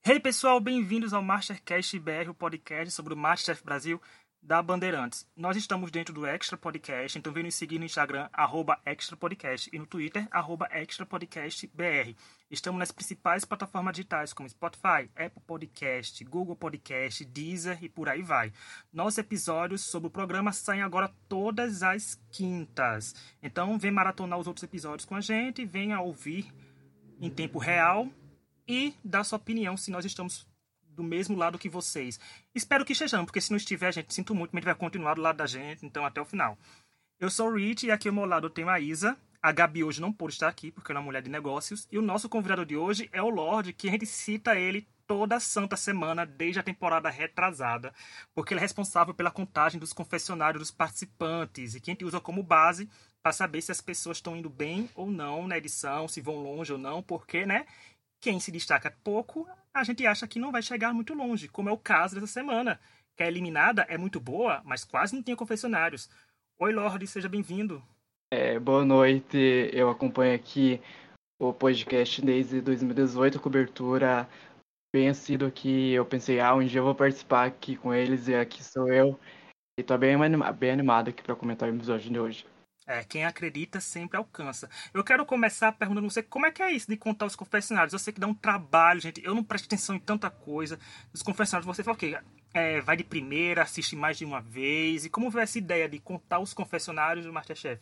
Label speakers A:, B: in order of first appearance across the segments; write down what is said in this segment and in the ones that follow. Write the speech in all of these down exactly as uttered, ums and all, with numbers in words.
A: Hey pessoal, bem-vindos ao MasterCast B R, o podcast sobre o MasterChef Brasil da Bandeirantes. Nós estamos dentro do Extra Podcast, então vem nos seguir no Instagram, arroba Extra Podcast, e no Twitter, arroba Extra Podcast B R. Estamos nas principais plataformas digitais, como Spotify, Apple Podcast, Google Podcast, Deezer e por aí vai. Nossos episódios sobre o programa saem agora todas as quintas. Então vem maratonar os outros episódios com a gente, venha ouvir em tempo real e dar sua opinião se nós estamos do mesmo lado que vocês. Espero que estejamos, porque se não estiver, a gente sinto muito, mas a gente vai continuar do lado da gente, então até o final. Eu sou o Rich e aqui ao meu lado eu tenho a Isa. A Gabi hoje não pôde estar aqui, porque ela é uma mulher de negócios. E o nosso convidado de hoje é o Lorde, que a gente cita ele toda santa semana, desde a temporada retrasada, porque ele é responsável pela contagem dos confessionários dos participantes e que a gente usa como base para saber se as pessoas estão indo bem ou não na edição, se vão longe ou não, porque, né? Quem se destaca pouco, a gente acha que não vai chegar muito longe, como é o caso dessa semana, que a eliminada é muito boa, mas quase não tem confessionários. Oi, Lorde, seja bem-vindo.
B: É, boa noite, eu acompanho aqui o podcast desde dois mil e dezoito, cobertura bem assídua aqui. Eu pensei, ah, um dia eu vou participar aqui com eles e aqui sou eu. E tô bem, anima- bem animado aqui para comentar o episódio de hoje.
A: É, quem acredita sempre alcança. Eu quero começar perguntando você como é que é isso de contar os confessionários. Eu sei que dá um trabalho, gente. Eu não presto atenção em tanta coisa. Os confessionários, você fala o quê? É, vai de primeira, assiste mais de uma vez. E como veio essa ideia de contar os confessionários do MasterChef?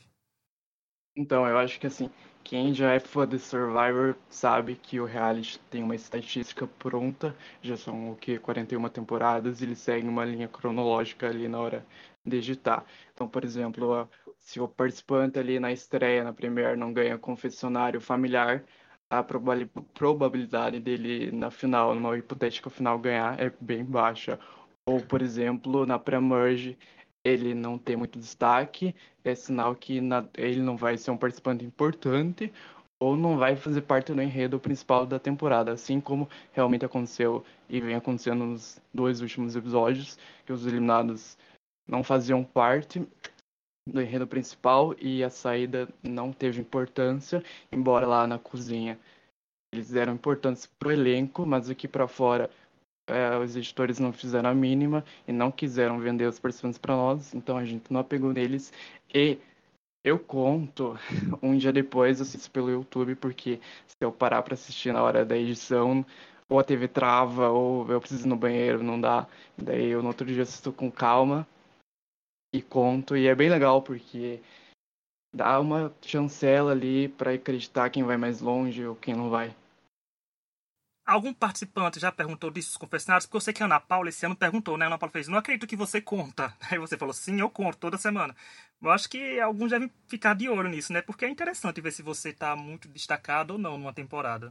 B: Então, eu acho que assim, quem já é fã de Survivor sabe que o reality tem uma estatística pronta, já são o que, quarenta e uma temporadas, e ele segue uma linha cronológica ali na hora de editar. Então, por exemplo, a- se o participante ali na estreia, na Premiere, não ganha confessionário familiar, a probali- probabilidade dele na final, numa hipotética final, ganhar é bem baixa. Ou, por exemplo, na pré-merge, ele não tem muito destaque, é sinal que na- ele não vai ser um participante importante ou não vai fazer parte do enredo principal da temporada, assim como realmente aconteceu e vem acontecendo nos dois últimos episódios, que os eliminados não faziam parte do enredo principal e a saída não teve importância, embora lá na cozinha eles deram importância pro elenco, mas aqui para fora é, os editores não fizeram a mínima e não quiseram vender os participantes para nós, então a gente não apegou neles. E eu conto um dia depois, eu assisto pelo YouTube, porque se eu parar para assistir na hora da edição, ou a T V trava, ou eu preciso ir no banheiro, não dá. Daí eu no outro dia assisto com calma e conto, e é bem legal, porque dá uma chancela ali para acreditar quem vai mais longe ou quem não vai.
A: Algum participante já perguntou disso dos confessionários? Porque eu sei que a Ana Paula esse ano perguntou, né? A Ana Paula fez, não acredito que você conta. Aí você falou, sim, eu conto toda semana. Eu acho que alguns devem ficar de olho nisso, né? Porque é interessante ver se você tá muito destacado ou não numa temporada.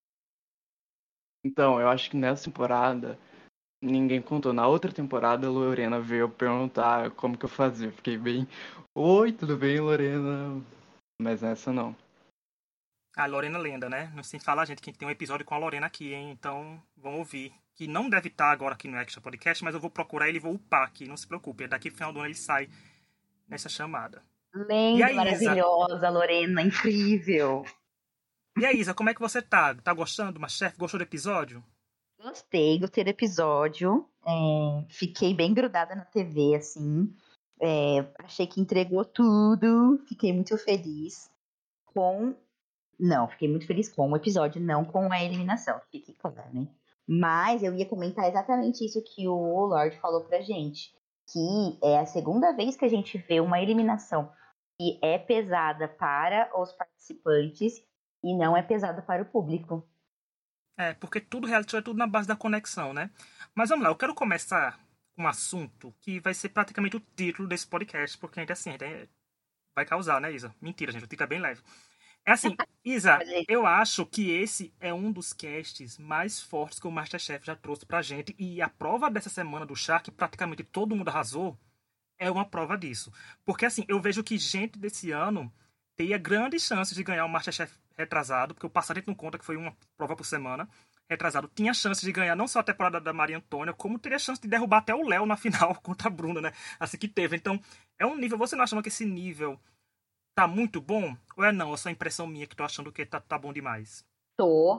B: Então, eu acho que nessa temporada ninguém contou. Na outra temporada, a Lorena veio perguntar como que eu fazia. Eu fiquei bem, oi, tudo bem, Lorena? Mas nessa não.
A: A Lorena Lenda, né? Não se fala, gente, que tem um episódio com a Lorena aqui, hein? Então, vamos ouvir. Que não deve estar agora aqui no Extra Podcast, mas eu vou procurar ele e vou upar aqui. Não se preocupe. Daqui no final do ano ele sai nessa chamada. E
C: Lenda,
A: a Isa?
C: maravilhosa, Lorena, incrível.
A: E a Isa, como é que você tá? Tá gostando do MasterChef? Gostou do episódio?
C: Gostei, gostei do episódio. É, fiquei bem grudada na T V, assim. É, achei que entregou tudo. Fiquei muito feliz com. Não, fiquei muito feliz com o episódio, não com a eliminação. Fique claro, né? Mas eu ia comentar exatamente isso que o Lorde falou pra gente. Que é a segunda vez que a gente vê uma eliminação que é pesada para os participantes e não é pesada para o público.
A: É, porque tudo reality show é tudo na base da conexão, né? Mas vamos lá, eu quero começar com um assunto que vai ser praticamente o título desse podcast, porque a gente, assim, a gente vai causar, né, Isa? Mentira, gente, o título é bem leve. É assim, Isa, eu acho que esse é um dos casts mais fortes que o MasterChef já trouxe pra gente, e a prova dessa semana do chá, que praticamente todo mundo arrasou, é uma prova disso. Porque, assim, eu vejo que gente desse ano teria grandes chances de ganhar o MasterChef retrasado, porque o passado a gente não conta que foi uma prova por semana. Retrasado tinha chances de ganhar não só a temporada da Maria Antônia, como teria chance de derrubar até o Léo na final contra a Bruna, né? Assim que teve. Então, é um nível. Você não acha que esse nível tá muito bom? Ou é não? É só impressão minha que tô achando que tá, tá bom demais?
C: Tô.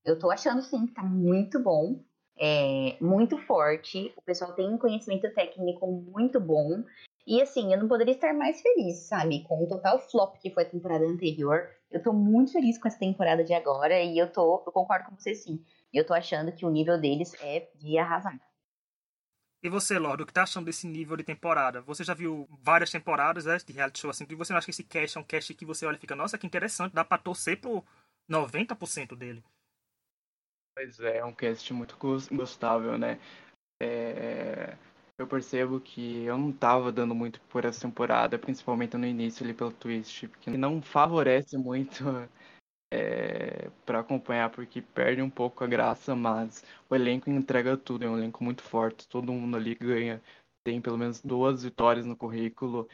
C: Eu tô achando, sim, que tá muito bom, é, muito forte. O pessoal tem um conhecimento técnico muito bom. E, assim, eu não poderia estar mais feliz, sabe? Com o total flop que foi a temporada anterior. Eu tô muito feliz com essa temporada de agora. E eu tô, eu concordo com você, sim. Eu tô achando que o nível deles é de arrasar.
A: E você, Lorde, o que tá achando desse nível de temporada? Você já viu várias temporadas, né, de reality show assim, e você não acha que esse cast é um cast que você olha e fica, nossa, que interessante, dá pra torcer pro noventa por cento dele.
B: Pois é, é um cast muito gos- gostável, né? É, eu percebo que eu não tava dando muito por essa temporada, principalmente no início ali pelo twist, porque não favorece muito é, para acompanhar, porque perde um pouco a graça, mas o elenco entrega tudo, é um elenco muito forte, todo mundo ali ganha, tem pelo menos duas vitórias no currículo.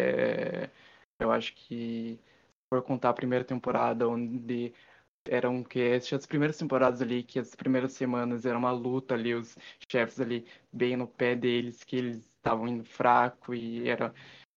B: É, eu acho que se for contar a primeira temporada, onde eram que as primeiras temporadas ali, que as primeiras semanas era uma luta ali, os chefes ali bem no pé deles, que eles estavam indo fraco e era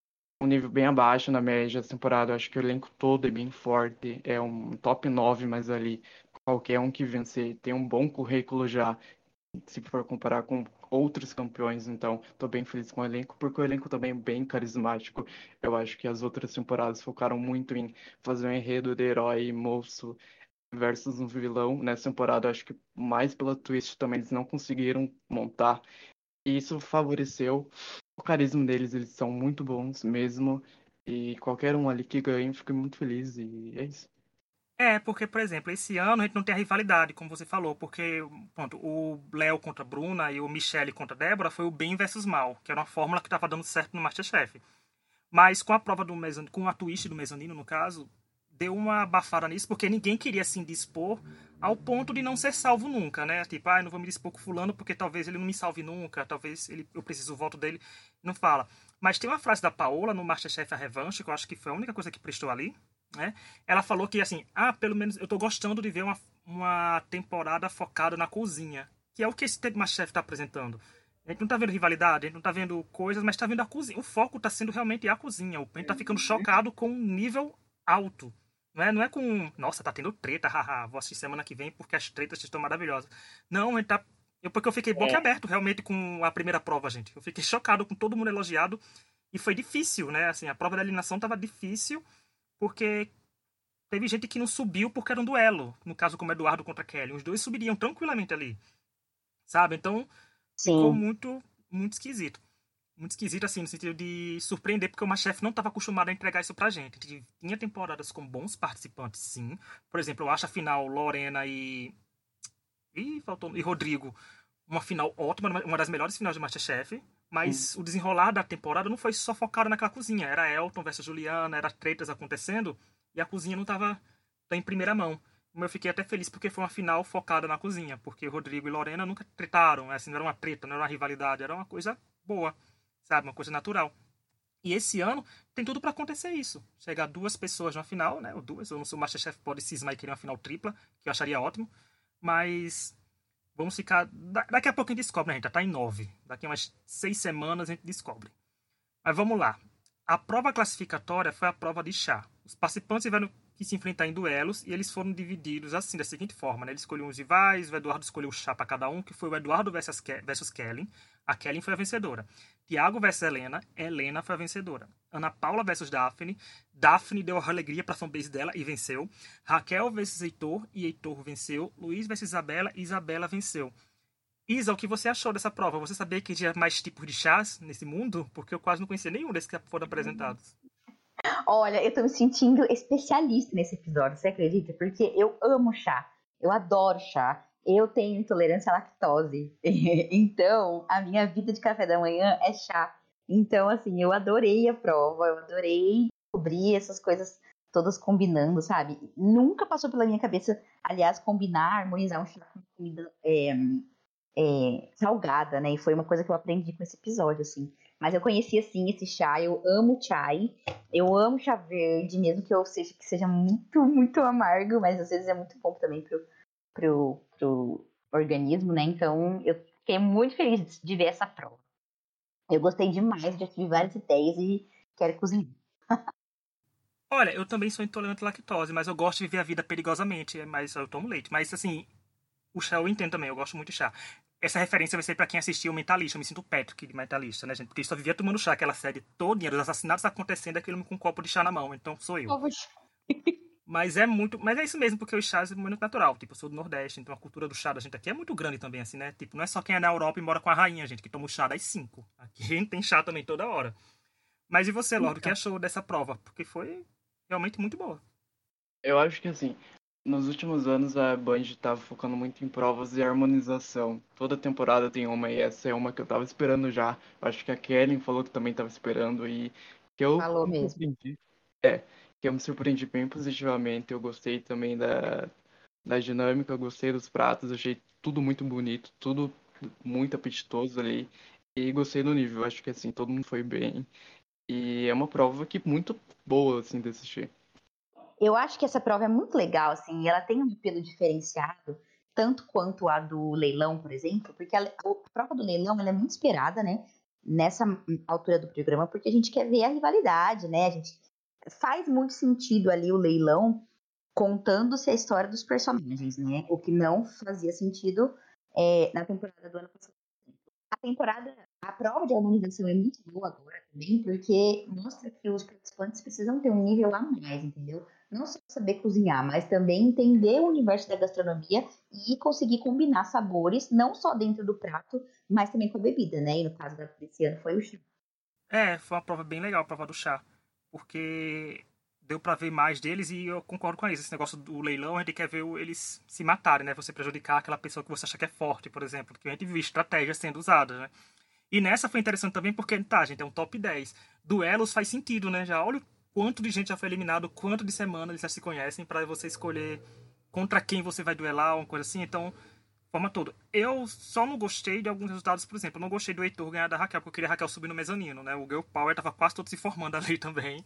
B: um nível bem abaixo na média da temporada. Eu acho que o elenco todo é bem forte, é um top nove, mas ali qualquer um que vencer tem um bom currículo já, se for comparar com outros campeões. Então tô bem feliz com o elenco, porque o elenco também é bem carismático. Eu acho que as outras temporadas focaram muito em fazer um enredo de herói moço versus um vilão. Nessa temporada, acho que mais pela twist também eles não conseguiram montar. E isso favoreceu o carisma deles. Eles são muito bons mesmo. E qualquer um ali que ganhe, eu fico muito feliz. E é isso.
A: É, porque, por exemplo, esse ano a gente não tem a rivalidade, como você falou, porque pronto, o Léo contra a Bruna e o Michele contra a Débora foi o bem versus mal, que era uma fórmula que estava dando certo no MasterChef. Mas com a prova do mezanino, com a twist do mezanino, no caso, deu uma abafada nisso, porque ninguém queria se indispor ao ponto de não ser salvo nunca, né? Tipo, ah, eu não vou me dispor com fulano porque talvez ele não me salve nunca, talvez ele, eu precise do voto dele. Não fala. Mas tem uma frase da Paola no MasterChef A Revanche, que eu acho que foi a única coisa que prestou ali, né? Ela falou que, assim, ah, pelo menos eu tô gostando de ver uma, uma temporada focada na cozinha, que é o que esse MasterChef tá apresentando. A gente não tá vendo rivalidade, a gente não tá vendo coisas, mas tá vendo a cozinha. O foco tá sendo realmente a cozinha. O Pen tá ficando chocado com um nível alto. Não é, não é com, nossa, tá tendo treta, haha, vou assistir semana que vem porque as tretas estão maravilhosas. Não, a gente tá. Eu, porque eu fiquei boquiaberto realmente com a primeira prova, gente. Eu fiquei chocado com todo mundo elogiado. E foi difícil, né? Assim, a prova da eliminação tava difícil porque teve gente que não subiu porque era um duelo. No caso, como Eduardo contra Kelly. Os dois subiriam tranquilamente ali. Sabe? Então, ficou
C: Sim.
A: muito, muito esquisito. Muito esquisito, assim, no sentido de surpreender, porque o MasterChef não estava acostumado a entregar isso pra gente. A gente tinha temporadas com bons participantes, sim. Por exemplo, eu acho a final Lorena e. Ih, faltou. E Rodrigo. Uma final ótima, uma das melhores finais do MasterChef. Mas o desenrolar da temporada não foi só focado naquela cozinha. Era Elton versus Juliana, era tretas acontecendo. E a cozinha não estava em primeira mão. Eu fiquei até feliz porque foi uma final focada na cozinha. Porque Rodrigo e Lorena nunca tretaram. Assim, não era uma treta, não era uma rivalidade. Era uma coisa boa, sabe? Uma coisa natural. E esse ano tem tudo pra acontecer isso. Chegar duas pessoas na final, né? Ou duas, ou não sei, o Masterchef pode cismar e querer uma final tripla, que eu acharia ótimo. Mas vamos ficar. Daqui a pouco a gente descobre, né? A gente já tá em nove. Daqui a umas seis semanas a gente descobre. Mas vamos lá. A prova classificatória foi a prova de chá. Os participantes tiveram que se enfrentar em duelos e eles foram divididos assim, da seguinte forma, né? Eles escolhiam os rivais, o Eduardo escolheu o chá para cada um, que foi o Eduardo versus, Ke versus Kellen. A Kellen foi a vencedora. Tiago versus Helena, Helena foi a vencedora. Ana Paula versus Daphne, Daphne deu a alegria para a fanbase dela e venceu. Raquel versus Heitor, e Heitor venceu. Luiz versus Isabela, e Isabela venceu. Isa, o que você achou dessa prova? Você sabia que tinha mais tipos de chás nesse mundo? Porque eu quase não conhecia nenhum desses que foram apresentados.
C: Olha, eu tô me sentindo especialista nesse episódio, você acredita? Porque eu amo chá, eu adoro chá, eu tenho intolerância à lactose, então a minha vida de café da manhã é chá. Então, assim, eu adorei a prova, eu adorei descobrir essas coisas todas combinando, sabe? Nunca passou pela minha cabeça, aliás, combinar, harmonizar um chá com comida é, é, salgada, né? E foi uma coisa que eu aprendi com esse episódio, assim. Mas eu conhecia, sim, esse chá. Eu amo chai. Eu amo chá verde, mesmo que eu seja que seja muito, muito amargo, mas às vezes é muito bom também pro, pro, pro organismo, né? Então eu fiquei muito feliz de ver essa prova. Eu gostei demais, já tive várias ideias e quero cozinhar.
A: Olha, eu também sou intolerante à lactose, mas eu gosto de viver a vida perigosamente, mas eu tomo leite. Mas, assim, O chá eu entendo também, eu gosto muito de chá. Essa referência vai ser pra quem assistiu o Mentalista. Eu me sinto o Patrick de Mentalista, né, gente? Porque ele só vivia tomando chá, aquela série todinha, dos assassinatos acontecendo, aquele com um copo de chá na mão. Então sou eu. Mas é muito. Mas é isso mesmo, porque o chá é muito natural. Tipo, eu sou do Nordeste, então a cultura do chá da gente aqui é muito grande também, assim, né? Tipo, não é só quem é na Europa e mora com a rainha, gente, que toma o chá das cinco. Aqui a gente tem chá também toda hora. Mas e você, Lorde, o que achou dessa prova? Porque foi realmente muito boa.
B: Eu acho que assim, nos últimos anos a Band tava focando muito em provas e harmonização. Toda temporada tem uma e essa é uma que eu tava esperando já. Eu acho que a Kellen falou que também tava esperando e que eu
C: Falou
B: me
C: mesmo.
B: surpreendi. É, que eu me surpreendi bem positivamente. Eu gostei também da, da dinâmica, eu gostei dos pratos, achei tudo muito bonito, tudo muito apetitoso ali. E gostei do nível, acho que assim, todo mundo foi bem. E é uma prova que muito boa, assim, de assistir.
C: Eu acho que essa prova é muito legal, assim, e ela tem um apelo diferenciado, tanto quanto a do leilão, por exemplo, porque a, a prova do leilão ela é muito esperada, né, nessa altura do programa, porque a gente quer ver a rivalidade, né, a gente faz muito sentido ali o leilão contando-se a história dos personagens, né, o que não fazia sentido é, na temporada do ano passado. A temporada, a prova de harmonização é muito boa agora também, porque mostra que os participantes precisam ter um nível a mais, entendeu? Não só saber cozinhar, mas também entender o universo da gastronomia e conseguir combinar sabores, não só dentro do prato, mas também com a bebida, né? E no caso desse ano foi o chá.
A: É, foi uma prova bem legal, a prova do chá. Porque deu pra ver mais deles e eu concordo com isso. Esse negócio do leilão, a gente quer ver eles se matarem, né? Você prejudicar aquela pessoa que você acha que é forte, por exemplo. Porque a gente viu estratégias sendo usadas, né? E nessa foi interessante também porque, tá, gente, é um top dez. Duelos faz sentido, né? Já olha o quanto de gente já foi eliminado, quanto de semana eles já se conhecem pra você escolher contra quem você vai duelar, uma coisa assim. Então, forma toda. Eu só não gostei de alguns resultados, por exemplo, eu não gostei do Heitor ganhar da Raquel, porque eu queria a Raquel subir no mezanino, né? O Girl Power tava quase todo se formando ali também,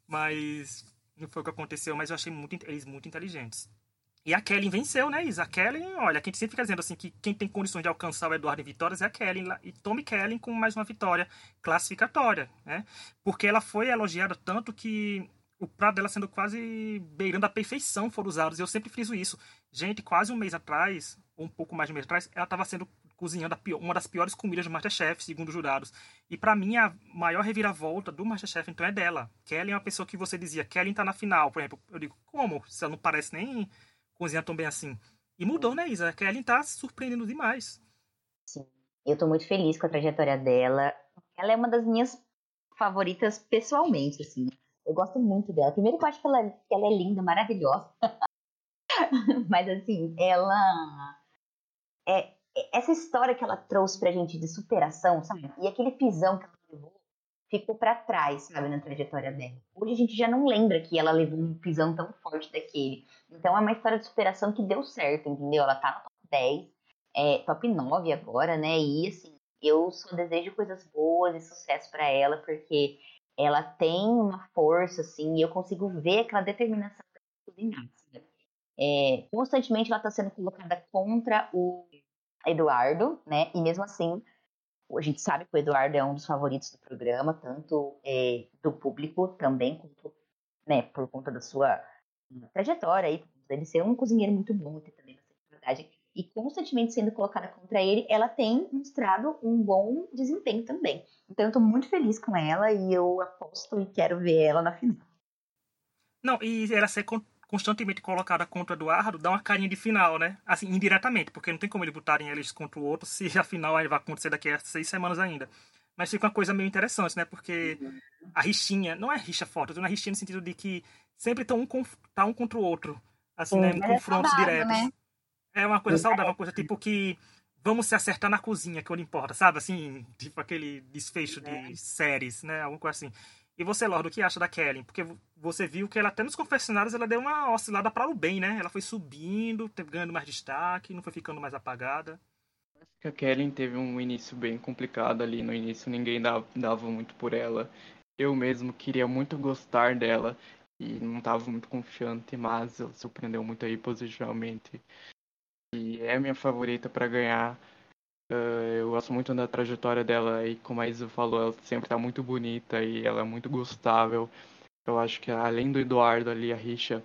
A: mas não foi o que aconteceu, mas eu achei muito, eles muito inteligentes. E a Kelly venceu, né, Isa? A Kelly, olha, quem sempre fica dizendo assim que quem tem condições de alcançar o Eduardo em vitórias é a Kelly. E tome Kelly com mais uma vitória classificatória, né? Porque ela foi elogiada tanto que o prato dela sendo quase beirando a perfeição foram usados. E eu sempre friso isso. Gente, quase um mês atrás, ou um pouco mais de um mês atrás, ela estava sendo cozinhando a pior, uma das piores comidas do MasterChef, segundo os jurados. E pra mim, a maior reviravolta do MasterChef, então, é dela. Kelly é uma pessoa que você dizia, Kelly tá na final, por exemplo. Eu digo, como? Se ela não parece nem cozinhar tão bem assim. E mudou, né, Isa? A Kelly tá se surpreendendo demais.
C: Sim, eu tô muito feliz com a trajetória dela. Ela é uma das minhas favoritas pessoalmente, assim. Eu gosto muito dela. Primeiro que eu acho que ela, que ela é linda, maravilhosa. Mas, assim, ela... É, essa história que ela trouxe pra gente de superação, sabe? E aquele pisão que ela levou ficou pra trás, sabe, na trajetória dela. Hoje a gente já não lembra que ela levou um pisão tão forte daquele. Então é uma história de superação que deu certo, entendeu? Ela tá no top dez, é, top nove agora, né? E assim, eu só desejo coisas boas e sucesso pra ela, porque ela tem uma força, assim, e eu consigo ver aquela determinação pra cozinhar, sabe? É, constantemente ela tá sendo colocada contra o Eduardo, né? E mesmo assim, a gente sabe que o Eduardo é um dos favoritos do programa, tanto é, do público também, quanto, né, por conta da sua trajetória aí, dele ser um cozinheiro muito bom, ter também bastante verdade. E constantemente sendo colocada contra ele, ela tem mostrado um bom desempenho também. Então eu tô muito feliz com ela e eu aposto e quero ver ela na final.
A: Não, e ela ser con- constantemente colocada contra o Eduardo dá uma carinha de final, né? Assim, indiretamente, porque não tem como eles botarem eles contra o outro se a final aí vai acontecer daqui a seis semanas ainda. Mas fica uma coisa meio interessante, né? Porque a rixinha, não é rixa forte, eu tô na rixinha no sentido de que sempre estão um, conf- tá um contra o outro, assim, né?
C: Sim,
A: Em
C: mas é
A: confrontos
C: saudável, né?
A: diretos. É uma coisa saudável, uma coisa tipo que vamos se acertar na cozinha, que é o que importa, sabe? Assim, tipo aquele desfecho de séries, né? Alguma coisa assim. E você, Lorde, o que acha da Kelly? Porque você viu que ela até nos confessionários ela deu uma oscilada para o bem, né? Ela foi subindo, teve- ganhando mais destaque, não foi ficando mais apagada.
B: A Kellen teve um início bem complicado ali. No início ninguém dava, dava muito por ela. Eu mesmo queria muito gostar dela e não estava muito confiante, mas ela surpreendeu muito aí positivamente. E é minha favorita para ganhar. Eu gosto muito da trajetória dela e como a Isa falou, ela sempre tá muito bonita e ela é muito gostável. Eu acho que além do Eduardo ali, a rixa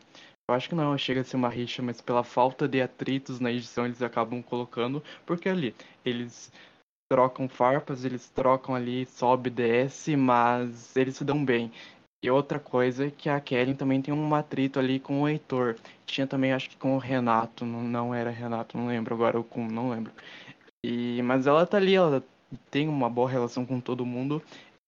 B: Eu acho que não, chega a ser uma rixa, mas pela falta de atritos na edição eles acabam colocando, porque ali eles trocam farpas, eles trocam ali, sobe, desce, mas eles se dão bem. E outra coisa é que a Kelly também tem um atrito ali com o Heitor. Tinha também, acho que com o Renato, não, não era Renato, não lembro agora, o com, não lembro. E, mas ela tá ali, ela tem uma boa relação com todo mundo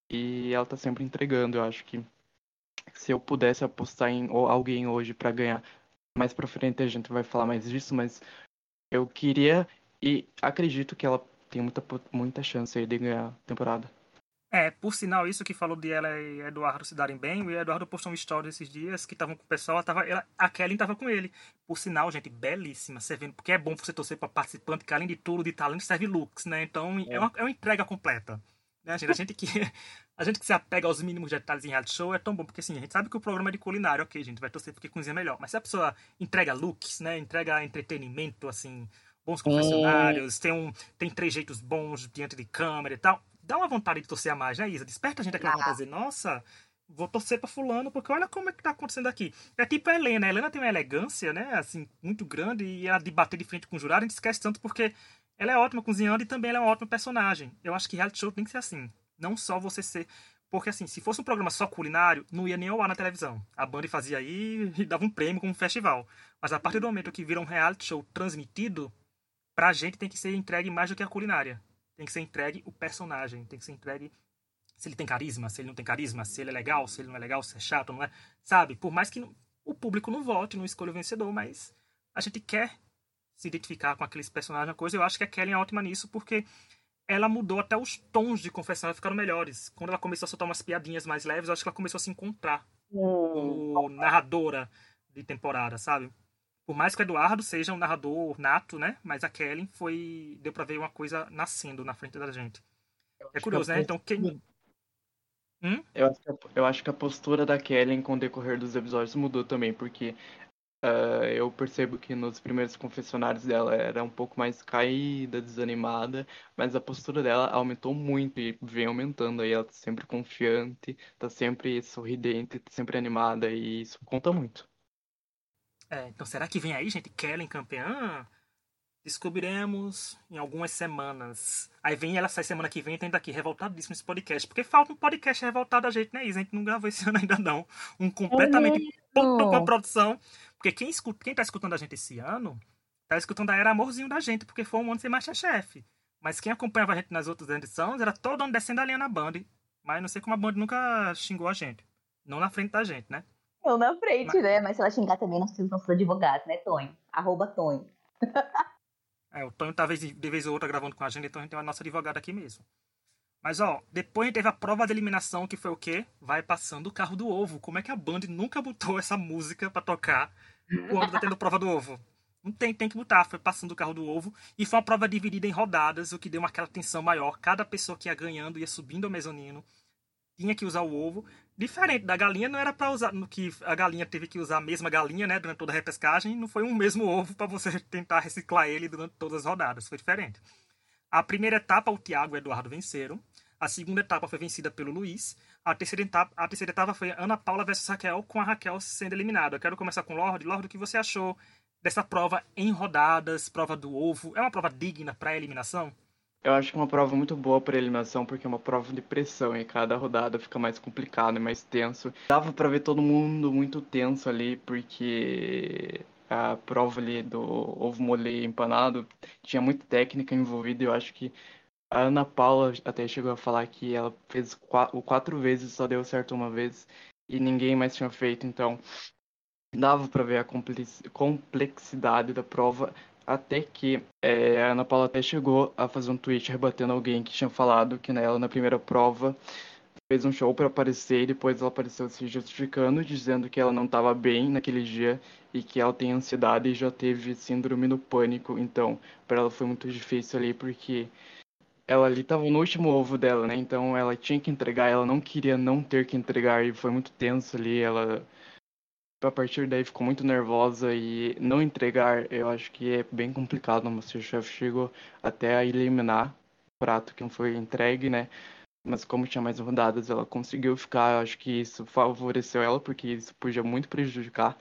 B: e ela tá sempre entregando. Eu acho que se eu pudesse apostar em o- alguém hoje pra ganhar, mais pra frente a gente vai falar mais disso, mas eu queria e acredito que ela tem muita, po- muita chance aí de ganhar a temporada.
A: É, por sinal, isso que falou de ela e Eduardo se darem bem, o Eduardo postou um story esses dias que estavam com o pessoal, ela tava, ela, a Kelly tava com ele. Por sinal, gente, belíssima, você vendo, porque é bom você torcer pra participante, que além de tudo, de talento, serve looks, né? Então, é uma, é uma entrega completa. Né, gente? A gente que a gente que se apega aos mínimos detalhes em reality show é tão bom, porque assim, a gente sabe que o programa é de culinária, ok, gente, vai torcer porque cozinha melhor. Mas se a pessoa entrega looks, né? Entrega entretenimento, assim, bons
B: Hum,
A: confessionários, tem, um, tem trejeitos bons diante de câmera e tal, dá uma vontade de torcer a mais, né, Isa? Desperta a gente aquela vontade de dizer, nossa, vou torcer pra fulano, porque olha como é que tá acontecendo aqui. É tipo a Helena. A Helena tem uma elegância, né, assim, muito grande, e ela de bater de frente com o jurado, a gente esquece tanto porque ela é ótima cozinhando e também ela é uma ótima personagem. Eu acho que reality show tem que ser assim. Não só você ser. Porque assim, se fosse um programa só culinário, não ia nem ao ar na televisão. A Band fazia aí e dava um prêmio como um festival. Mas a partir do momento que vira um reality show transmitido, pra gente tem que ser entregue mais do que a culinária. Tem que ser entregue o personagem, tem que ser entregue se ele tem carisma, se ele não tem carisma, se ele é legal, se ele não é legal, se é chato, não é. Sabe? Por mais que o público não vote, não escolha o vencedor, mas a gente quer se identificar com aqueles personagens, uma coisa. Eu acho que a Kelly é ótima nisso porque ela mudou até os tons de confessão, ficaram melhores. Quando ela começou a soltar umas piadinhas mais leves, eu acho que ela começou a se encontrar
C: Hum,
A: como narradora de temporada, sabe? Por mais que o Eduardo seja um narrador nato, né? Mas a Kelly foi. Deu pra ver uma coisa nascendo na frente da gente.
B: eu
A: É
B: acho que a
A: curioso, né? Então quem.
B: postura,
A: Hum?
B: eu acho que a, eu acho que a postura da Kelly com o decorrer dos episódios mudou também, porque ah, eu percebo que nos primeiros confessionários dela era um pouco mais caída, desanimada, mas a postura dela aumentou muito e vem aumentando aí. Ela tá sempre confiante, tá sempre sorridente, tá sempre animada e isso conta muito.
A: É, então será que vem aí, gente? Kelly campeã? Descobriremos em algumas semanas. Aí vem ela sai semana que vem e tem daqui revoltadíssimo esse podcast. Porque falta um podcast revoltado a gente, né, Isa? A gente não gravou esse ano ainda não. Um
C: é
A: completamente puto com a
C: mesmo.
A: produção. Porque quem, escuta, quem tá escutando a gente esse ano, tá escutando a Era Amorzinho da gente, porque foi um ano sem Masterchef. Mas quem acompanhava a gente nas outras edições era todo ano descendo a linha na Band. Mas não sei como a Band nunca xingou a gente. Não na frente da gente, né?
C: Eu na
A: Mas,
C: frente, né? Mas se ela xingar também, nós temos nossos advogados, né, Tonho? Arroba Tonho.
A: é, o Tonho talvez de vez ou outra gravando com a gente, então a gente tem a nossa advogada aqui mesmo. Mas ó, depois teve a prova de eliminação, que foi o quê? Vai passando o carro do ovo. Como é que a Band nunca botou essa música pra tocar quando tá tendo prova do ovo? Não tem, tem que botar. Foi passando o carro do ovo. E foi uma prova dividida em rodadas, o que deu uma aquela tensão maior. Cada pessoa que ia ganhando ia subindo ao mezanino. Tinha que usar o ovo. Diferente da galinha, não era pra usar. No que a galinha teve que usar a mesma galinha, né? Durante toda a repescagem. Não foi um mesmo ovo pra você tentar reciclar ele durante todas as rodadas. Foi diferente. A primeira etapa, o Thiago e o Eduardo venceram. A segunda etapa foi vencida pelo Luiz. A terceira etapa, a terceira etapa foi Ana Paula versus Raquel, com a Raquel sendo eliminada. Eu quero começar com o Lorde. Lorde, o que você achou dessa prova em rodadas, prova do ovo? É uma prova digna para eliminação?
B: Eu acho que é uma prova muito boa para eliminação, porque é uma prova de pressão e cada rodada fica mais complicado e mais tenso. Dava para ver todo mundo muito tenso ali, porque a prova ali do ovo mole empanado tinha muita técnica envolvida e eu acho que a Ana Paula até chegou a falar que ela fez quatro, quatro vezes, só deu certo uma vez e ninguém mais tinha feito, então dava para ver a complex- complexidade da prova, até que é, a Ana Paula até chegou a fazer um tweet rebatendo alguém que tinha falado que ela na primeira prova fez um show para aparecer e depois ela apareceu se justificando, dizendo que ela não estava bem naquele dia e que ela tem ansiedade e já teve síndrome do pânico, então para ela foi muito difícil ali porque ela ali estava no último ovo dela, né? Então ela tinha que entregar, ela não queria não ter que entregar e foi muito tenso ali, ela a partir daí ficou muito nervosa e não entregar, eu acho que é bem complicado. O MasterChef chegou até a eliminar o prato que não foi entregue, né? Mas como tinha mais rodadas, ela conseguiu ficar. Eu acho que isso favoreceu ela, porque isso podia muito prejudicar.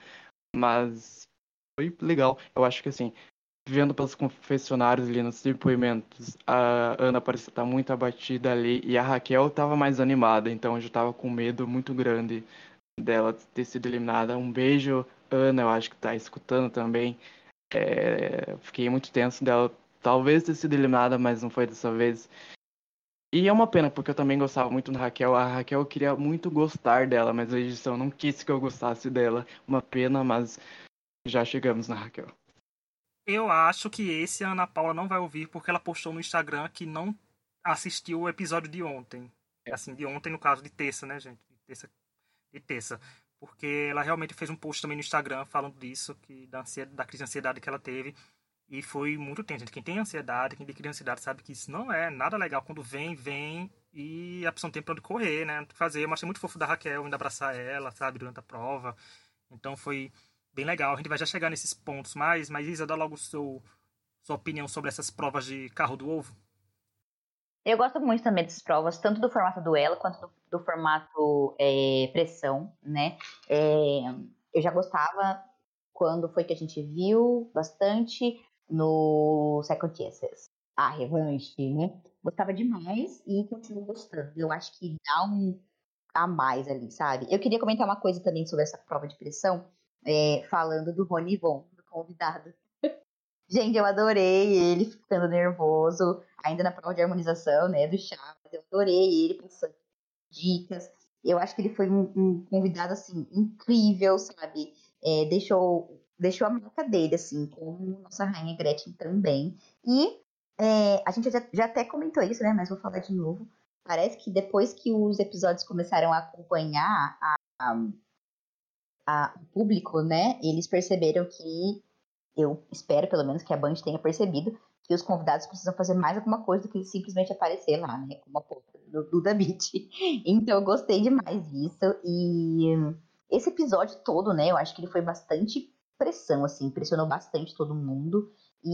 B: mas foi legal. Eu acho que assim, vendo pelos confessionários ali nos depoimentos, a Ana parecia estar muito abatida ali e a Raquel estava mais animada, então eu já estava com medo muito grande dela ter sido eliminada. Um beijo, Ana, eu acho que tá escutando também. É, fiquei muito tenso dela talvez ter sido eliminada, mas não foi dessa vez. E é uma pena, porque eu também gostava muito da Raquel. A Raquel eu queria muito gostar dela, mas a edição não quis que eu gostasse dela. Uma pena, mas já chegamos na Raquel.
A: Eu acho que esse a Ana Paula não vai ouvir porque ela postou no Instagram que não assistiu o episódio de ontem. Assim, de ontem, no caso, de terça, né, gente? De terça. De terça. Porque ela realmente fez um post também no Instagram falando disso, que da, ansiedade, da crise de ansiedade que ela teve. E foi muito tenso, gente. Quem tem ansiedade, quem tem crise de ansiedade, sabe que isso não é nada legal. Quando vem, vem e a pessoa não tem pra onde correr, né? Fazer. Eu achei muito fofo da Raquel ainda abraçar ela, sabe? Durante a prova. Então foi bem legal. A gente vai já chegar nesses pontos mais, mas Isa, dá logo o seu, sua opinião sobre essas provas de carro do ovo.
C: Eu gosto muito também dessas provas, tanto do formato duelo quanto do, do formato é, pressão, né? É, eu já gostava quando foi que a gente viu bastante no Second Chances. A revanche, né? Gostava demais e continuo gostando. Eu acho que dá um a mais ali, sabe? Eu queria comentar uma coisa também sobre essa prova de pressão, é, falando do Rony Von, do convidado. Gente, eu adorei ele ficando nervoso, ainda na prova de harmonização, né, do Chaves. Eu adorei ele passando dicas. Eu acho que ele foi um, um convidado, assim, incrível, sabe? É, deixou, deixou a marca dele, assim, como nossa rainha Gretchen também. E é, a gente já, já até comentou isso, né, mas vou falar de novo. Parece que depois que os episódios começaram a acompanhar a, a, o público, né, eles perceberam que eu espero, pelo menos, que a Band tenha percebido que os convidados precisam fazer mais alguma coisa do que simplesmente aparecer lá, né? Como a porra do Duda Beat. Então, eu gostei demais disso. E esse episódio todo, né? Eu acho que ele foi bastante pressão, assim. Impressionou bastante todo mundo.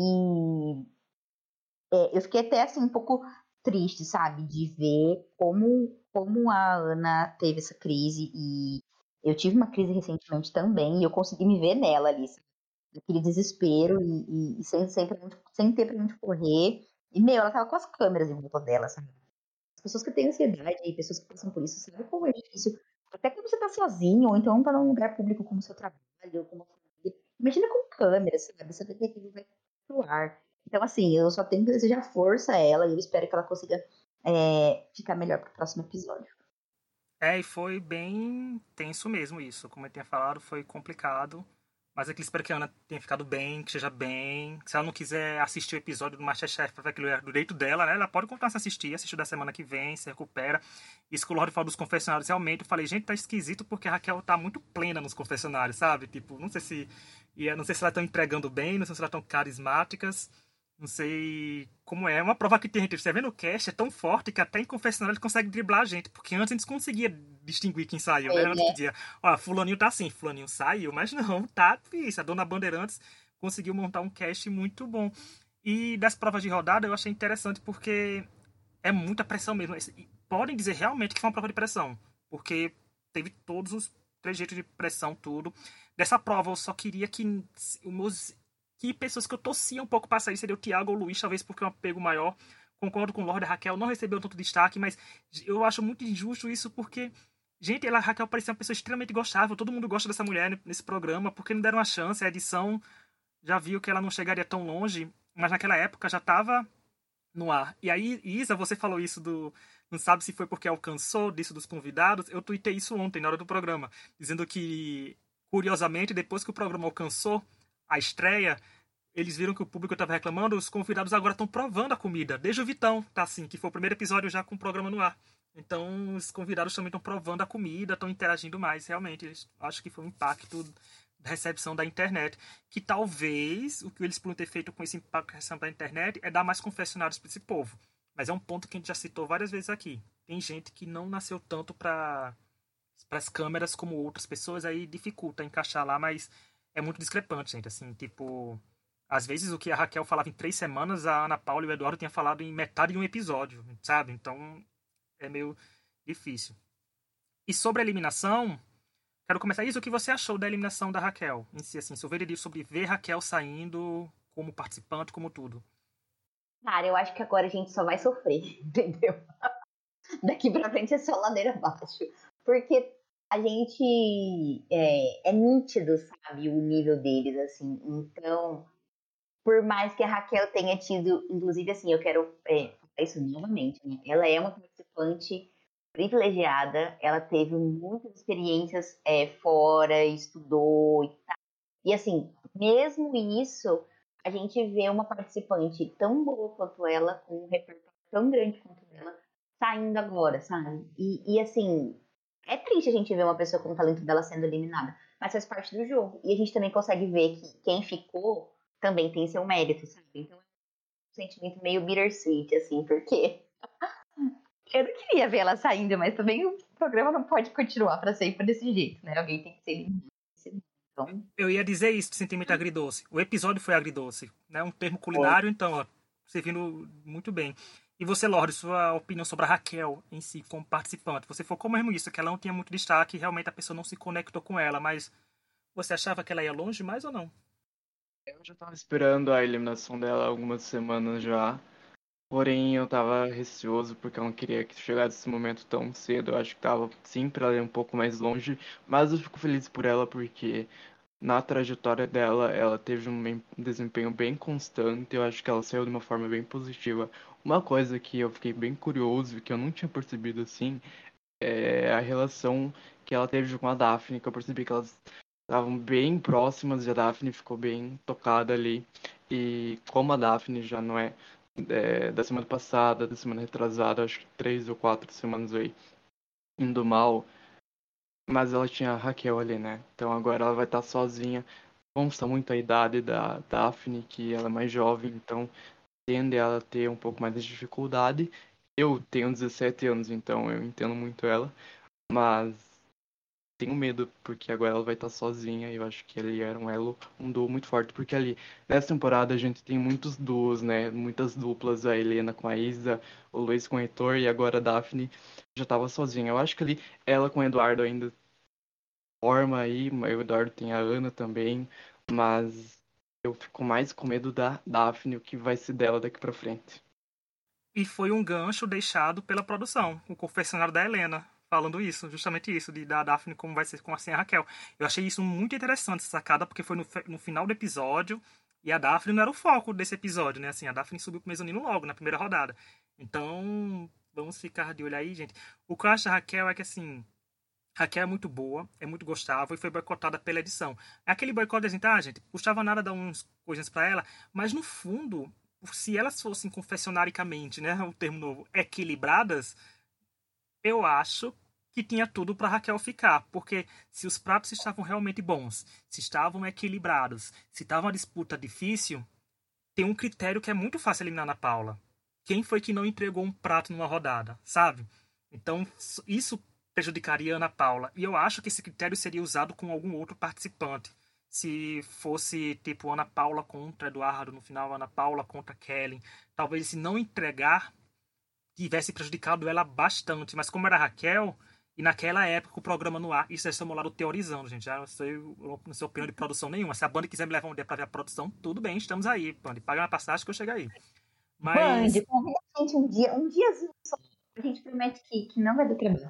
C: E é, eu fiquei até, assim, um pouco triste, sabe? De ver como, como a Ana teve essa crise. E eu tive uma crise recentemente também. E eu consegui me ver nela ali, aquele desespero e, e, e sem, sem, pra onde, sem ter pra onde correr. E, meu, ela tava com as câmeras em volta dela, sabe? As pessoas que têm ansiedade e pessoas que passam por isso, sabe como é difícil. Até quando você tá sozinho, ou então tá num lugar público como o seu trabalho, ou como a família. Imagina com câmera, sabe? Você vai ter que vai pro ar. Então, assim, eu só tenho que desejar força a ela e eu espero que ela consiga é, ficar melhor pro próximo episódio.
A: É, e foi bem tenso mesmo isso. Como eu tinha falado, foi complicado. Mas é que eu espero que a Ana tenha ficado bem, que esteja bem. Se ela não quiser assistir o episódio do MasterChef pra ver aquilo é do direito dela, né? Ela pode continuar a assistir, assistir da semana que vem, se recupera. Isso que o Lorde falou dos confessionários, realmente, eu falei, gente, tá esquisito porque a Raquel tá muito plena nos confessionários, sabe? Tipo, não sei se. Não sei se elas estão entregando bem, não sei se elas estão carismáticas. Não sei como é. É uma prova que tem gente, você vê no cast, é tão forte que até em confessionário ele consegue driblar a gente. Porque antes a gente conseguia distinguir quem saiu, né?
C: É,
A: Antes
C: né?
A: dizia, ó, fulaninho tá assim, fulaninho saiu. Mas não, tá difícil. A dona Bandeirantes conseguiu montar um cast muito bom. E das provas de rodada eu achei interessante porque é muita pressão mesmo. E podem dizer realmente que foi uma prova de pressão. Porque teve todos os trejeitos de pressão, tudo. Dessa prova eu só queria que os meus que pessoas que eu torcia um pouco para sair seria o Thiago ou o Luiz, talvez porque é um apego maior. Concordo com o Lorde, a Raquel não recebeu tanto destaque, mas eu acho muito injusto isso porque, gente, ela, a Raquel parecia uma pessoa extremamente gostável. Todo mundo gosta dessa mulher nesse programa, porque não deram uma chance. A edição já viu que ela não chegaria tão longe, mas naquela época já estava no ar. E aí, Isa, você falou isso do. Não sabe se foi porque alcançou disso dos convidados. Eu tuitei isso ontem, na hora do programa, dizendo que, curiosamente, depois que o programa alcançou a estreia, eles viram que o público estava reclamando, os convidados agora estão provando a comida. Desde o Vitão, tá assim, que foi o primeiro episódio já com o programa no ar. Então, os convidados também estão provando a comida, estão interagindo mais. Realmente, acho que foi um impacto da recepção da internet. Que talvez o que eles podem ter feito com esse impacto da recepção da internet é dar mais confessionários para esse povo. Mas é um ponto que a gente já citou várias vezes aqui. Tem gente que não nasceu tanto para as câmeras como outras pessoas, aí dificulta encaixar lá, mas é muito discrepante, gente. Assim, tipo, às vezes o que a Raquel falava em três semanas, a Ana Paula e o Eduardo tinham falado em metade de um episódio, sabe? Então é meio difícil. E sobre a eliminação, Quero começar isso. O que você achou da eliminação da Raquel? Em si, assim, seu veredito sobre ver Raquel saindo como participante, como tudo.
C: Cara, eu acho que agora a gente só vai sofrer, entendeu? Daqui pra frente é só ladeira abaixo. Porque a gente é, é nítido, sabe, o nível deles, assim. Então, por mais que a Raquel tenha tido, inclusive, assim, eu quero é, falar isso novamente, né? Ela é uma participante privilegiada, ela teve muitas experiências é, fora, estudou e tal. E assim, mesmo isso, a gente vê uma participante tão boa quanto ela, com um repertório tão grande quanto ela, saindo agora, sabe? E, e assim, é triste a gente ver uma pessoa com o talento dela sendo eliminada, mas faz parte do jogo. E a gente também consegue ver que quem ficou também tem seu mérito, sabe? Então é um sentimento meio bittersweet, assim, porque eu não queria ver ela saindo, mas também o programa não pode continuar pra sempre desse jeito, né? Alguém tem que ser eliminado. Então,
A: Eu ia dizer isso, de sentimento agridoce. O episódio foi agridoce, né? Um termo
C: foi.
A: culinário, então, ó, você vindo muito bem. E você, Lorde, sua opinião sobre a Raquel em si, como participante. Você focou mesmo isso, que ela não tinha muito destaque, realmente a pessoa não se conectou com ela, mas você achava que ela ia longe mais ou não?
B: Eu já tava esperando a eliminação dela há algumas semanas já. Porém, eu tava receoso porque eu não queria que chegasse esse momento tão cedo. Eu acho que tava sim pra ela ir um pouco mais longe. Mas eu fico feliz por ela porque na trajetória dela, ela teve um bem- um desempenho bem constante. Eu acho que ela saiu de uma forma bem positiva. Uma coisa que eu fiquei bem curioso e que eu não tinha percebido assim é a relação que ela teve com a Daphne, que eu percebi que elas estavam bem próximas e a Daphne ficou bem tocada ali. E como a Daphne já não é, é, da semana passada, da semana retrasada, acho que três ou quatro semanas aí, indo mal, mas ela tinha a Raquel ali, né? Então agora ela vai estar sozinha. Consta muito a idade da Daphne, que ela é mais jovem, então tende a ter um pouco mais de dificuldade. Eu tenho dezessete anos, então eu entendo muito ela, mas tenho medo, porque agora ela vai estar sozinha e eu acho que ele era um elo, um duo muito forte, porque ali, nessa temporada, a gente tem muitos duos, né? Muitas duplas, a Helena com a Isa, o Luiz com o Heitor e agora a Daphne já estava sozinha. Eu acho que ali, ela com o Eduardo ainda forma aí, mas o Eduardo tem a Ana também, mas eu fico mais com medo da Daphne, o que vai ser dela daqui pra frente.
A: E foi um gancho deixado pela produção, o confessionário da Helena, falando isso, justamente isso, de da Daphne como vai ser com assim a Raquel. Eu achei isso muito interessante, essa sacada, porque foi no, no final do episódio, e a Daphne não era o foco desse episódio, né? Assim, a Daphne subiu pro mezanino logo, na primeira rodada. Então, vamos ficar de olho aí, gente. O que eu acho da Raquel é que, assim, Raquel é muito boa, é muito gostável e foi boicotada pela edição. É aquele boicote, a gente, ah, gente, custava nada dar uns coisas pra ela, mas no fundo, se elas fossem confessionaricamente, né, o termo novo, equilibradas, eu acho que tinha tudo pra Raquel ficar, porque se os pratos estavam realmente bons, se estavam equilibrados, se estava uma disputa difícil, tem um critério que é muito fácil eliminar na Paula. Quem foi que não entregou um prato numa rodada, sabe? Então, isso prejudicaria a Ana Paula. E eu acho que esse critério seria usado com algum outro participante. Se fosse tipo Ana Paula contra Eduardo, no final Ana Paula contra Kelly. Talvez se não entregar tivesse prejudicado ela bastante. Mas como era a Raquel, e naquela época o programa no ar, isso é estamos lá teorizando, gente. Já não sei, eu não sei opinião de produção nenhuma. Se a Band quiser me levar um dia pra ver a produção, tudo bem, estamos aí. Band, paga uma passagem que eu chego aí.
C: Band,
A: Mas
C: convida a gente um dia, um diazinho só. A gente promete que, que não vai dar trabalho.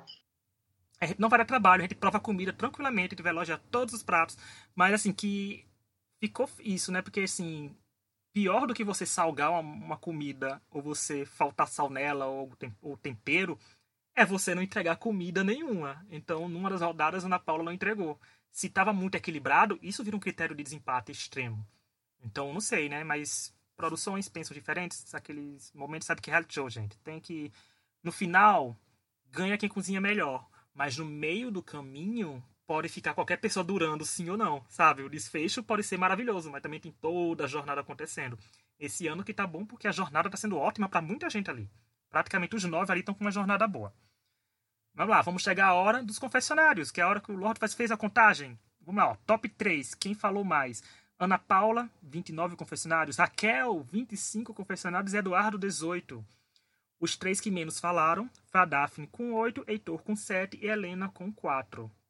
A: a gente não vai dar trabalho, a gente prova comida tranquilamente, a gente vai elogiar todos os pratos. Mas assim, que ficou isso, né? Porque assim, pior do que você salgar uma, uma comida, ou você faltar sal nela, ou, tem, ou tempero, é você não entregar comida nenhuma. Então, numa das rodadas, a Ana Paula não entregou. Se estava muito equilibrado, isso vira um critério de desempate extremo. Então, não sei, né? Mas produções pensam diferentes. Aqueles momentos, sabe que é reality show, gente. Tem que. No final, ganha quem cozinha melhor. Mas no meio do caminho, pode ficar qualquer pessoa durando sim ou não, sabe? O desfecho pode ser maravilhoso, mas também tem toda a jornada acontecendo. Esse ano que tá bom porque a jornada tá sendo ótima para muita gente ali. Praticamente os nove ali estão com uma jornada boa. Vamos lá, vamos chegar à hora dos confessionários, que é a hora que o Lord fez a contagem. Vamos lá, ó, top três, quem falou mais? Ana Paula, vinte e nove confessionários. Raquel, vinte e cinco confessionários. E Eduardo, dezoito. Os três que menos falaram foi a Daphne com oito, Heitor com sete e Helena com quatro.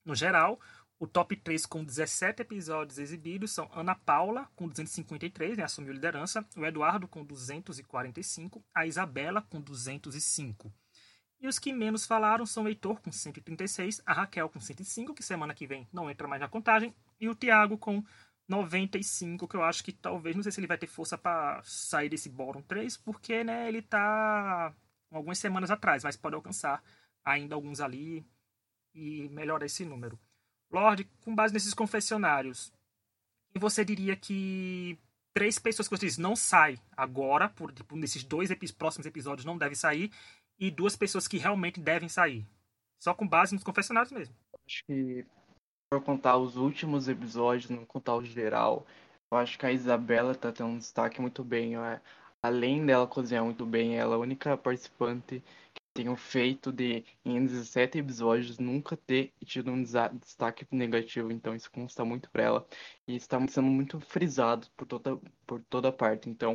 A: No geral, o top três com dezessete episódios exibidos são Ana Paula, com duzentos e cinquenta e três, né, assumiu liderança, o Eduardo, com duzentos e quarenta e cinco, a Isabela, com duzentos e cinco. E os que menos falaram são o Heitor, com cento e trinta e seis, a Raquel, com cento e cinco, que semana que vem não entra mais na contagem, e o Thiago, com noventa e cinco, que eu acho que talvez, não sei se ele vai ter força para sair desse bottom três, porque, né, ele tá algumas semanas atrás, mas pode alcançar ainda alguns ali e melhorar esse número. Lorde, com base nesses confessionários, você diria que três pessoas que você diz não sai agora, por tipo, nesses dois epi- próximos episódios não devem sair, e duas pessoas que realmente devem sair? Só com base nos confessionários mesmo.
B: Acho que, por contar os últimos episódios, não contar o geral, eu acho que a Isabela tá tendo um destaque muito bem. Ó. Além dela cozinhar muito bem, ela é a única participante tenham feito de, em dezessete episódios, nunca ter tido um desa- destaque negativo, então isso consta muito pra ela. E está sendo muito frisado por toda, por toda parte, então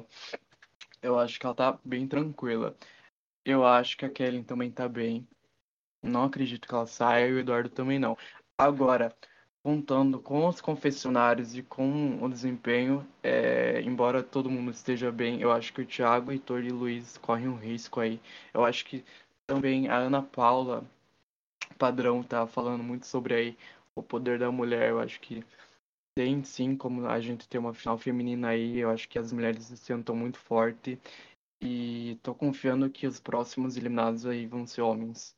B: eu acho que ela tá bem tranquila. Eu acho que a Kelly também tá bem. Não acredito que ela saia e o Eduardo também não. Agora, contando com os confessionários e com o desempenho, é, embora todo mundo esteja bem, eu acho que o Thiago, Heitor e Luiz correm um risco aí. Eu acho que também a Ana Paula Padrão tá falando muito sobre aí o poder da mulher. Eu acho que tem sim como a gente ter uma final feminina aí. Eu acho que as mulheres esse ano estão muito forte e tô confiando que os próximos eliminados aí vão ser homens.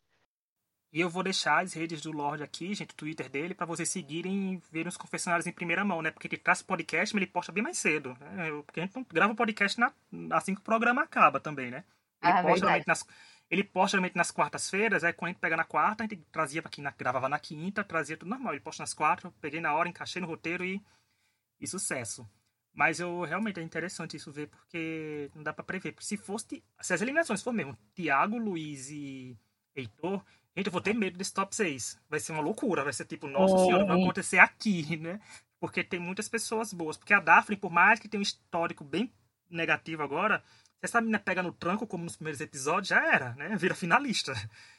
A: E eu vou deixar as redes do Lorde aqui, gente, o Twitter dele, para vocês seguirem e verem os confessionários em primeira mão, né? Porque ele traz podcast, mas ele posta bem mais cedo. Né? Porque a gente não grava o podcast na, assim que o programa acaba também, né? Ele
C: Ah,
A: posta
C: verdade.
A: geralmente nas, ele posta geralmente nas quartas-feiras, aí quando a gente pega na quarta, a gente trazia pra aqui, na, gravava na quinta, trazia tudo normal. Ele posta nas quatro, eu peguei na hora, encaixei no roteiro e, e sucesso. Mas eu realmente é interessante isso ver, porque não dá pra prever. Se fosse, se as eliminações for mesmo Thiago, Luiz e Heitor, gente, eu vou ter medo desse top seis. Vai ser uma loucura. Vai ser tipo, nossa senhora, vai
C: É,
A: acontecer aqui, né? Porque tem muitas pessoas boas. Porque a Daphne, por mais que tenha um histórico bem negativo agora, se essa menina pega no tranco, como nos primeiros episódios, já era, né? Vira finalista.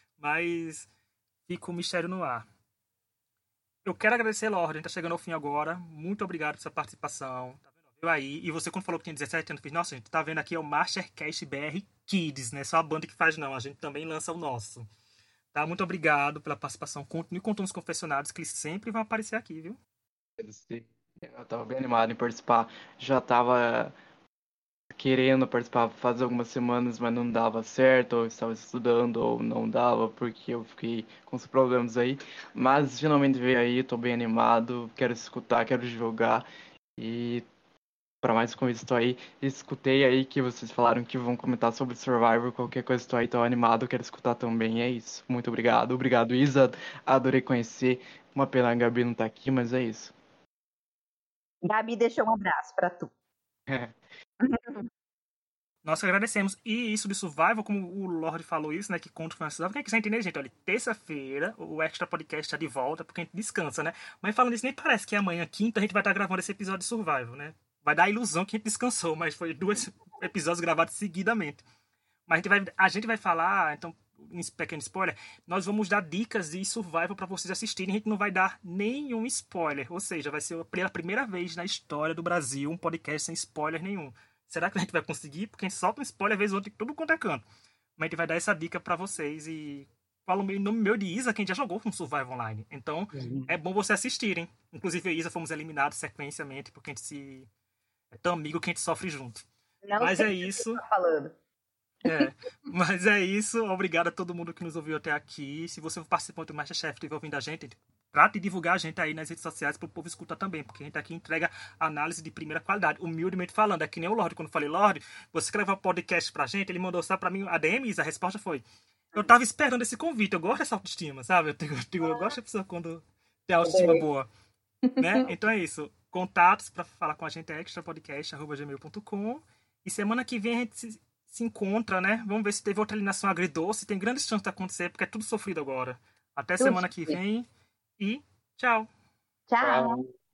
A: Mas fica o mistério no ar. Eu quero agradecer, Lorde. A gente tá chegando ao fim agora. Muito obrigado por sua participação. Tá vendo? Viu aí? E você, quando falou que tinha dezessete anos, fez, nossa, gente, tá vendo aqui é o Mastercast B R Kids, né? Só a banda que faz, não. A gente também lança o nosso. Tá? Muito obrigado pela participação. Continue contando os confessionários, que eles sempre vão aparecer aqui, viu?
B: Eu tava bem animado em participar. Já tava querendo participar faz algumas semanas, mas não dava certo, ou estava estudando, ou não dava, porque eu fiquei com os problemas aí. Mas finalmente veio aí, tô bem animado, quero escutar, quero jogar. E para mais com isso, tô aí. Escutei aí que vocês falaram que vão comentar sobre Survivor, qualquer coisa, tô aí, tô animado, quero escutar também. É isso. Muito obrigado. Obrigado, Isa. Adorei conhecer. Uma pena a Gabi não tá aqui, mas é isso.
C: Gabi deixou um abraço pra tu.
A: Nós que agradecemos. E isso de Survival, como o Lorde falou isso, né? Que conta com a Survival. Quem quiser entender, gente, olha, terça-feira o Extra Podcast tá de volta, porque a gente descansa, né? Mas falando isso, nem parece que amanhã, quinta, a gente vai estar gravando esse episódio de Survival, né? Vai dar a ilusão que a gente descansou, mas foi dois episódios gravados seguidamente. Mas a gente vai, a gente vai falar, então, um pequeno spoiler, nós vamos dar dicas de Survival para vocês assistirem. A gente não vai dar nenhum spoiler. Ou seja, vai ser pela primeira vez na história do Brasil um podcast sem spoiler nenhum. Será que a gente vai conseguir? Porque a gente solta um spoiler, às vezes, outro, tudo quanto é canto. Mas a gente vai dar essa dica para vocês. E falo em nome meu de Isa, que a gente já jogou com Survival Online. Então, é bom vocês assistirem. Inclusive, eu e Isa fomos eliminados sequencialmente, porque a gente se... é tão amigo que a gente sofre junto.
C: Não
A: Mas
C: sei
A: é
C: o que
A: isso.
C: você tá falando.
A: É, mas é isso. Obrigado a todo mundo que nos ouviu até aqui. Se você for participante do Masterchef e estiver ouvindo a gente, trate de divulgar a gente aí nas redes sociais para o povo escutar também, porque a gente aqui entrega análise de primeira qualidade. Humildemente falando, é que nem o Lorde, quando eu falei, Lorde, você quer levar um podcast pra gente? Ele mandou só pra mim a D M e a resposta foi: eu tava esperando esse convite, eu gosto dessa autoestima, sabe? Eu, tenho, eu, tenho, eu gosto da pessoa quando tem autoestima boa, né? Então é isso. Contatos para falar com a gente é extrapodcast arroba gmail ponto com e semana que vem a gente se se encontra, né? Vamos ver se teve outra eliminação agridoce. Tem grandes chances de acontecer, porque é tudo sofrido agora. Até
C: Tudo
A: semana que
C: bem.
A: vem e tchau!
C: Tchau.